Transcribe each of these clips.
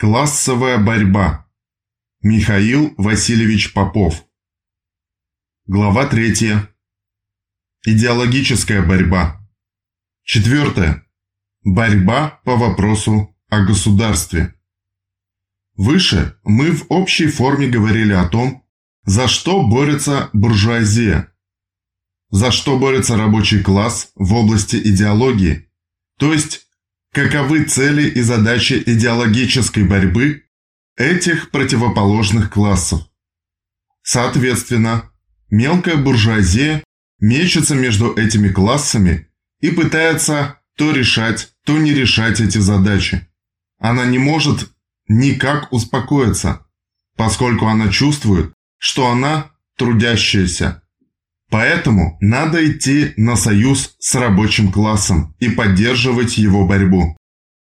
Классовая борьба. Михаил Васильевич Попов. Глава 3. Идеологическая борьба. 4. Борьба по вопросу о государстве. Выше мы в общей форме говорили о том, за что борется буржуазия, за что борется рабочий класс в области идеологии, то есть каковы цели и задачи идеологической борьбы этих противоположных классов. Соответственно, мелкая буржуазия мечется между этими классами и пытается то решать, то не решать эти задачи. Она не может никак успокоиться, поскольку она чувствует, что она трудящаяся. Поэтому надо идти на союз с рабочим классом и поддерживать его борьбу.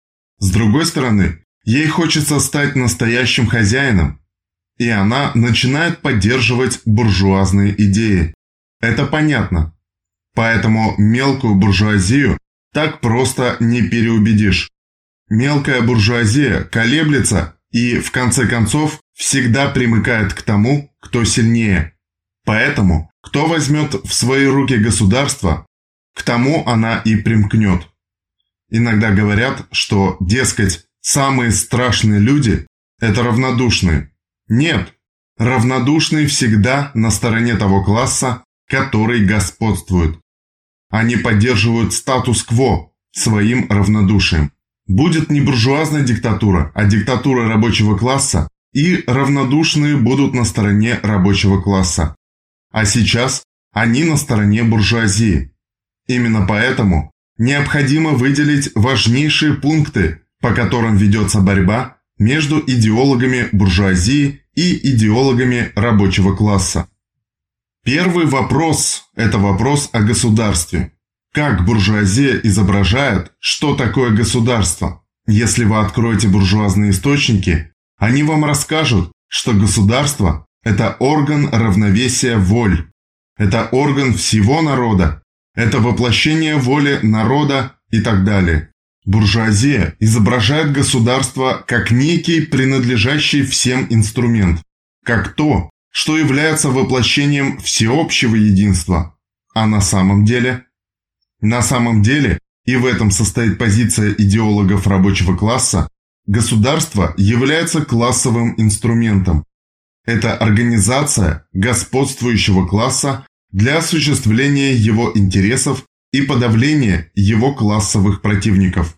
С другой стороны, ей хочется стать настоящим хозяином, и она начинает поддерживать буржуазные идеи. Это понятно. Поэтому мелкую буржуазию так просто не переубедишь. Мелкая буржуазия колеблется и, в конце концов, всегда примыкает к тому, кто сильнее. Поэтому, кто возьмет в свои руки государство, к тому она и примкнет. Иногда говорят, что, дескать, самые страшные люди – это равнодушные. Нет, равнодушные всегда на стороне того класса, который господствует. Они поддерживают статус-кво своим равнодушием. Будет не буржуазная диктатура, а диктатура рабочего класса, и равнодушные будут на стороне рабочего класса. А сейчас они на стороне буржуазии. Именно поэтому необходимо выделить важнейшие пункты, по которым ведется борьба между идеологами буржуазии и идеологами рабочего класса. Первый вопрос – это вопрос о государстве. Как буржуазия изображает, что такое государство? Если вы откроете буржуазные источники, они вам расскажут, что государство – это орган равновесия воль. Это орган всего народа. Это воплощение воли народа и так далее. Буржуазия изображает государство как некий принадлежащий всем инструмент. Как то, что является воплощением всеобщего единства. А на самом деле? На самом деле, и в этом состоит позиция идеологов рабочего класса, государство является классовым инструментом. Это организация господствующего класса для осуществления его интересов и подавления его классовых противников.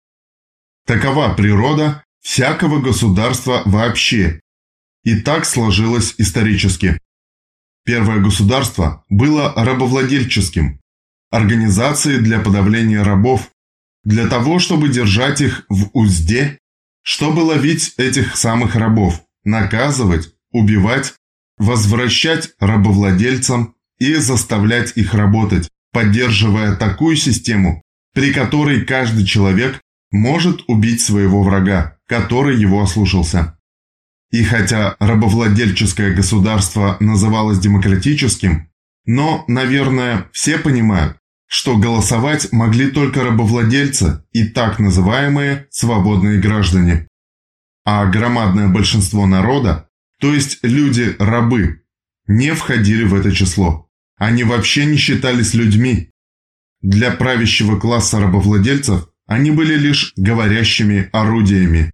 Такова природа всякого государства вообще. И так сложилось исторически. Первое государство было рабовладельческим, организацией для подавления рабов, для того, чтобы держать их в узде, чтобы ловить этих самых рабов, наказывать, убивать, возвращать рабовладельцам и заставлять их работать, поддерживая такую систему, при которой каждый человек может убить своего врага, который его ослушался. И хотя рабовладельческое государство называлось демократическим, но, наверное, все понимают, что голосовать могли только рабовладельцы и так называемые свободные граждане. А громадное большинство народа, то есть люди-рабы, не входили в это число. Они вообще не считались людьми. Для правящего класса рабовладельцев они были лишь говорящими орудиями.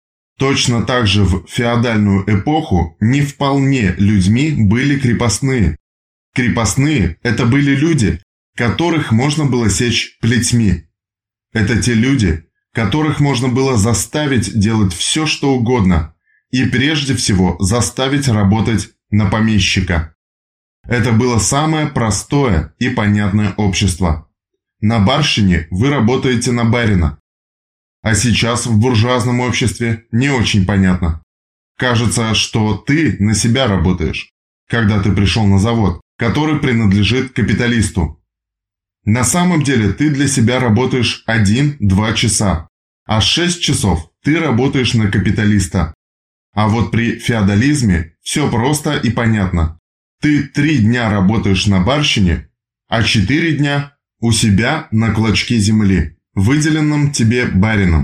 Точно так же в феодальную эпоху не вполне людьми были крепостные. Крепостные – это были люди, которых можно было сечь плетьми. Это те люди, которых можно было заставить делать все, что угодно, и прежде всего заставить работать на помещика. Это было самое простое и понятное общество. На барщине вы работаете на барина. А сейчас в буржуазном обществе не очень понятно. Кажется, что ты на себя работаешь, когда ты пришел на завод, который принадлежит капиталисту. На самом деле ты для себя работаешь 1-2 часа, а 6 часов ты работаешь на капиталиста. А вот при феодализме все просто и понятно. Ты 3 дня работаешь на барщине, а 4 дня у себя на клочке земли, выделенном тебе барином.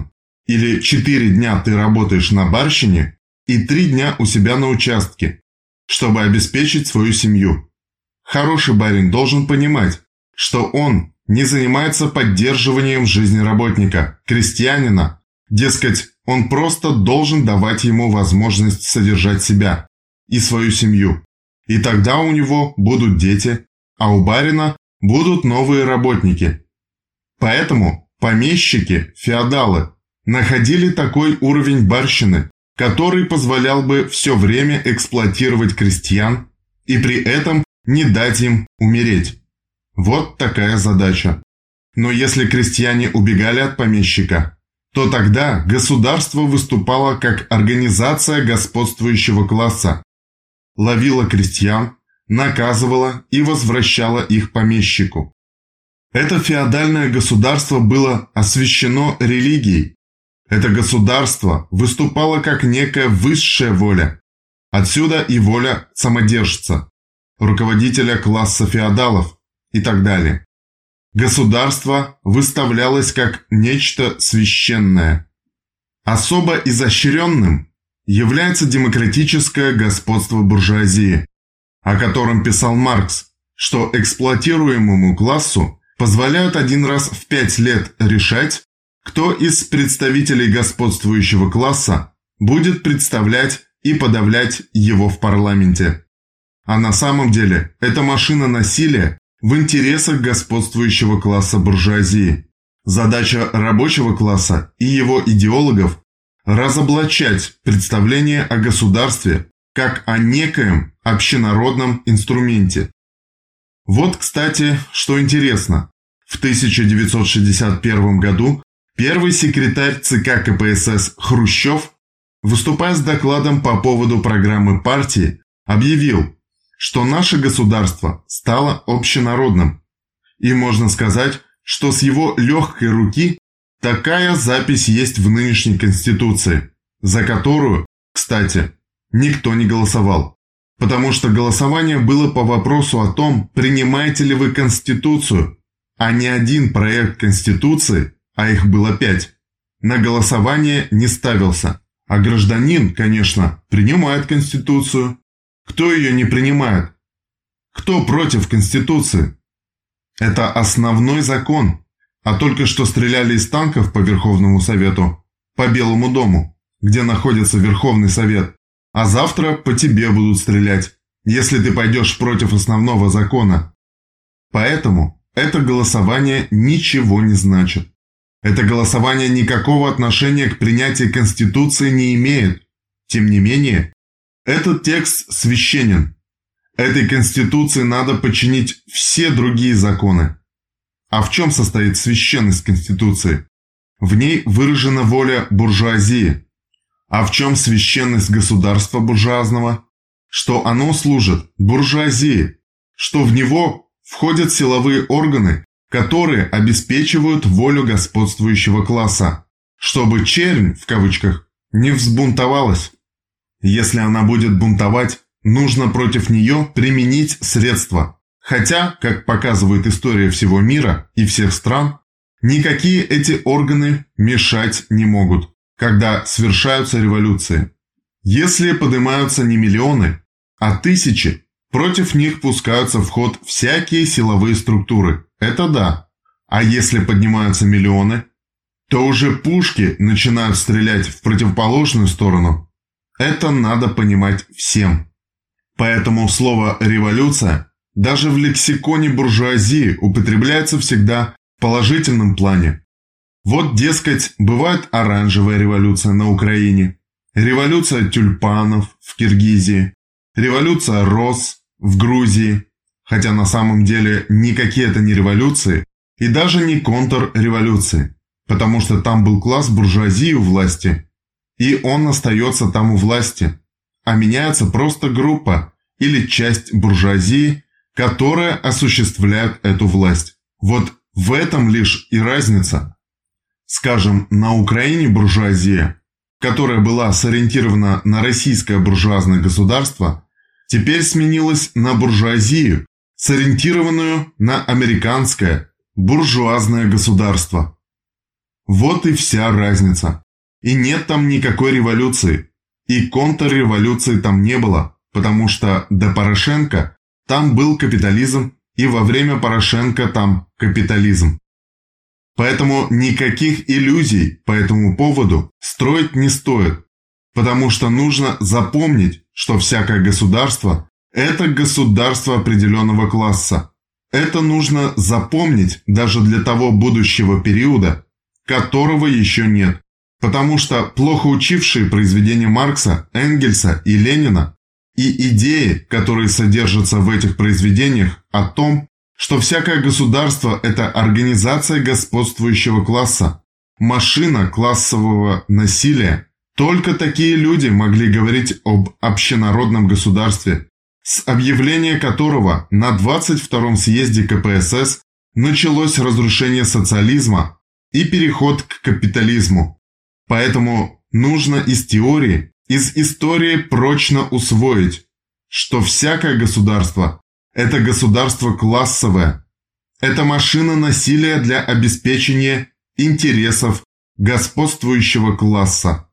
Или 4 дня ты работаешь на барщине и 3 дня у себя на участке, чтобы обеспечить свою семью. Хороший барин должен понимать, что он не занимается поддерживанием жизни работника, крестьянина. Дескать, он просто должен давать ему возможность содержать себя и свою семью. И тогда у него будут дети, а у барина будут новые работники. Поэтому помещики, феодалы, находили такой уровень барщины, который позволял бы все время эксплуатировать крестьян и при этом не дать им умереть. Вот такая задача. Но если крестьяне убегали от помещика, то тогда государство выступало как организация господствующего класса, ловило крестьян, наказывало и возвращало их помещику. Это феодальное государство было освящено религией. Это государство выступало как некая высшая воля. Отсюда и воля самодержца, руководителя класса феодалов и так далее. Государство выставлялось как нечто священное. Особо изощренным является демократическое господство буржуазии, о котором писал Маркс, что эксплуатируемому классу позволяют один раз в 5 лет решать, кто из представителей господствующего класса будет представлять и подавлять его в парламенте. А на самом деле это машина насилия в интересах господствующего класса буржуазии. Задача рабочего класса и его идеологов – разоблачать представление о государстве как о некоем общенародном инструменте. Вот, кстати, что интересно. В 1961 году первый секретарь ЦК КПСС Хрущев, выступая с докладом по поводу программы партии, объявил, что наше государство стало общенародным. И можно сказать, что с его легкой руки такая запись есть в нынешней Конституции, за которую, кстати, никто не голосовал. Потому что голосование было по вопросу о том, принимаете ли вы Конституцию, а не один проект Конституции, а их было 5, на голосование не ставился. А гражданин, конечно, принимает Конституцию. Кто ее не принимает? Кто против Конституции? Это основной закон. А только что стреляли из танков по Верховному Совету, по Белому дому, где находится Верховный Совет. А завтра по тебе будут стрелять, если ты пойдешь против основного закона. Поэтому это голосование ничего не значит. Это голосование никакого отношения к принятию Конституции не имеет. Тем не менее, этот текст священен. Этой Конституции надо подчинить все другие законы. А в чем состоит священность Конституции? В ней выражена воля буржуазии. А в чем священность государства буржуазного? Что оно служит буржуазии, что в него входят силовые органы, которые обеспечивают волю господствующего класса, чтобы чернь, в кавычках, не взбунтовалась. Если она будет бунтовать, нужно против нее применить средства. Хотя, как показывает история всего мира и всех стран, никакие эти органы мешать не могут, когда совершаются революции. Если поднимаются не миллионы, а тысячи, против них пускаются в ход всякие силовые структуры. Это да. А если поднимаются миллионы, то уже пушки начинают стрелять в противоположную сторону. Это надо понимать всем. Поэтому слово «революция» даже в лексиконе буржуазии употребляется всегда в положительном плане. Вот, дескать, бывает оранжевая революция на Украине, революция тюльпанов в Киргизии, революция роз в Грузии, хотя на самом деле никакие это не революции и даже не контрреволюции, потому что там был класс буржуазии у власти, и он остается там у власти, а меняется просто группа или часть буржуазии, которая осуществляет эту власть. Вот в этом лишь и разница. Скажем, на Украине буржуазия, которая была сориентирована на российское буржуазное государство, теперь сменилась на буржуазию, сориентированную на американское буржуазное государство. Вот и вся разница. И нет там никакой революции. И контрреволюции там не было, потому что до Порошенко там был капитализм, и во время Порошенко там капитализм. Поэтому никаких иллюзий по этому поводу строить не стоит, потому что нужно запомнить, что всякое государство – это государство определенного класса. Это нужно запомнить даже для того будущего периода, которого еще нет. Потому что плохо учившие произведения Маркса, Энгельса и Ленина и идеи, которые содержатся в этих произведениях о том, что всякое государство – это организация господствующего класса, машина классового насилия, только такие люди могли говорить об общенародном государстве, с объявления которого на 22-м съезде КПСС началось разрушение социализма и переход к капитализму. Поэтому нужно из истории прочно усвоить, что всякое государство – это государство классовое, это машина насилия для обеспечения интересов господствующего класса.